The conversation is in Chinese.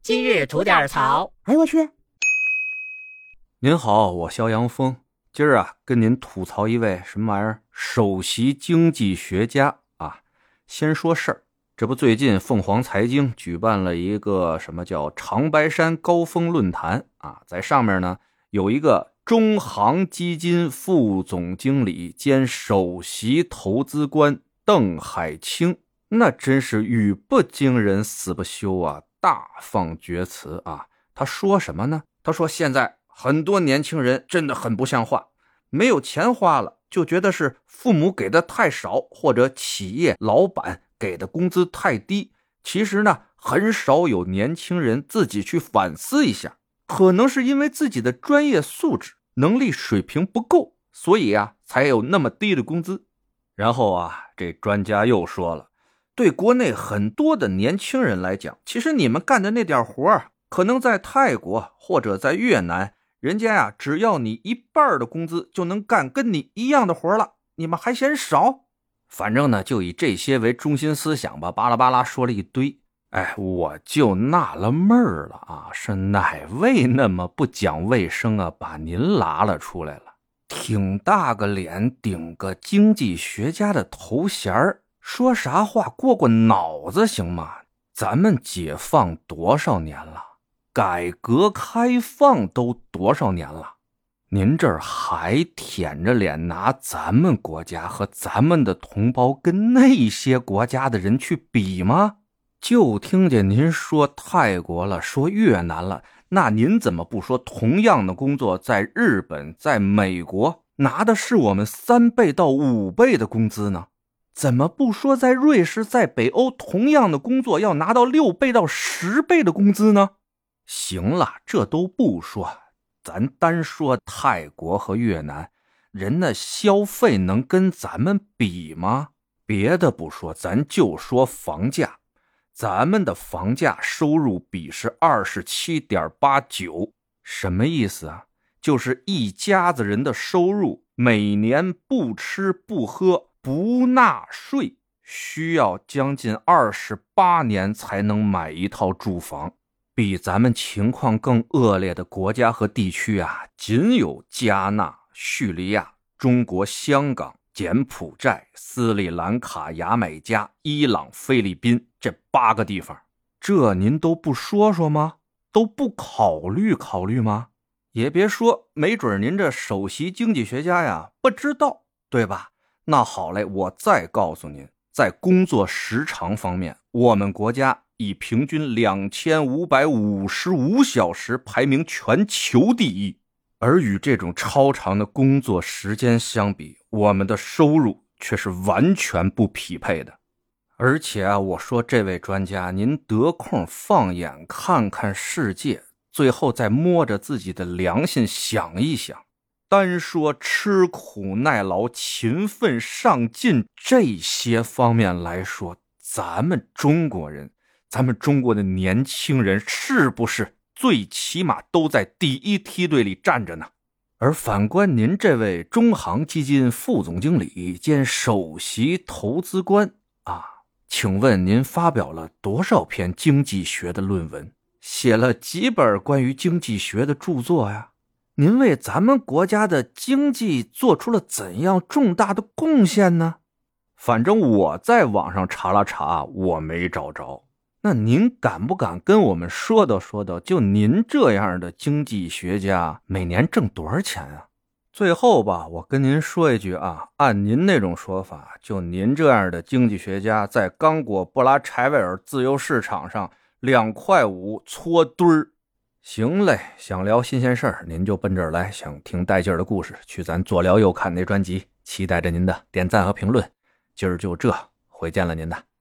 今日吐点槽。 哎我去！ 您好，我肖阳峰，今儿跟您吐槽一位什么玩意儿首席经济学家啊。先说事儿，这不最近凤凰财经举办了一个什么叫长白山高峰论坛啊，在上面呢有一个中航基金副总经理兼首席投资官邓海清，那真是语不惊人死不休啊，大放厥词啊。他说什么呢？他说现在很多年轻人真的很不像话，没有钱花了就觉得是父母给的太少，或者企业老板给的工资太低。其实呢，很少有年轻人自己去反思一下，可能是因为自己的专业素质能力水平不够，所以才有那么低的工资。然后这专家又说了，对国内很多的年轻人来讲，其实你们干的那点活可能在泰国或者在越南，人家只要你一半的工资就能干跟你一样的活了，你们还嫌少？反正呢，就以这些为中心思想吧，巴拉巴拉说了一堆。我就纳了闷儿了是哪位那么不讲卫生把您拉了出来了？挺大个脸，顶个经济学家的头衔，说啥话过过脑子行吗？咱们解放多少年了？改革开放都多少年了？您这儿还舔着脸拿咱们国家和咱们的同胞跟那些国家的人去比吗？就听见您说泰国了，说越南了，那您怎么不说同样的工作在日本、在美国拿的是我们3倍到5倍的工资呢？怎么不说在瑞士、在北欧同样的工作要拿到6倍到10倍的工资呢？行了，这都不说，咱单说泰国和越南，人的消费能跟咱们比吗？别的不说，咱就说房价，咱们的房价收入比是 27.89， 什么意思啊？就是一家子人的收入每年不吃不喝不纳税，需要将近28年才能买一套住房。比咱们情况更恶劣的国家和地区仅有加纳、叙利亚、中国香港、柬埔寨、斯里兰卡、牙买加、伊朗、菲律宾这8个地方。这您都不说说吗？都不考虑考虑吗？也别说，没准您这首席经济学家不知道，对吧？那好嘞，我再告诉您，在工作时长方面，我们国家以平均2555小时排名全球第一，而与这种超长的工作时间相比，我们的收入却是完全不匹配的。而且我说这位专家，您得空放眼看看世界，最后再摸着自己的良心想一想，单说吃苦耐劳、勤奋上进这些方面来说，咱们中国人，咱们中国的年轻人是不是最起码都在第一梯队里站着呢？而反观您这位中航基金副总经理兼首席投资官请问您发表了多少篇经济学的论文，写了几本关于经济学的著作呀？您为咱们国家的经济做出了怎样重大的贡献呢？反正我在网上查了查，我没找着。那您敢不敢跟我们说道说道，就您这样的经济学家每年挣多少钱啊？最后吧，我跟您说一句按您那种说法，就您这样的经济学家在刚果布拉柴维尔自由市场上2.5块搓堆儿。行嘞，想聊新鲜事儿您就奔这儿来，想听带劲儿的故事去咱左聊右看那专辑，期待着您的点赞和评论。今儿就这，回见了您的。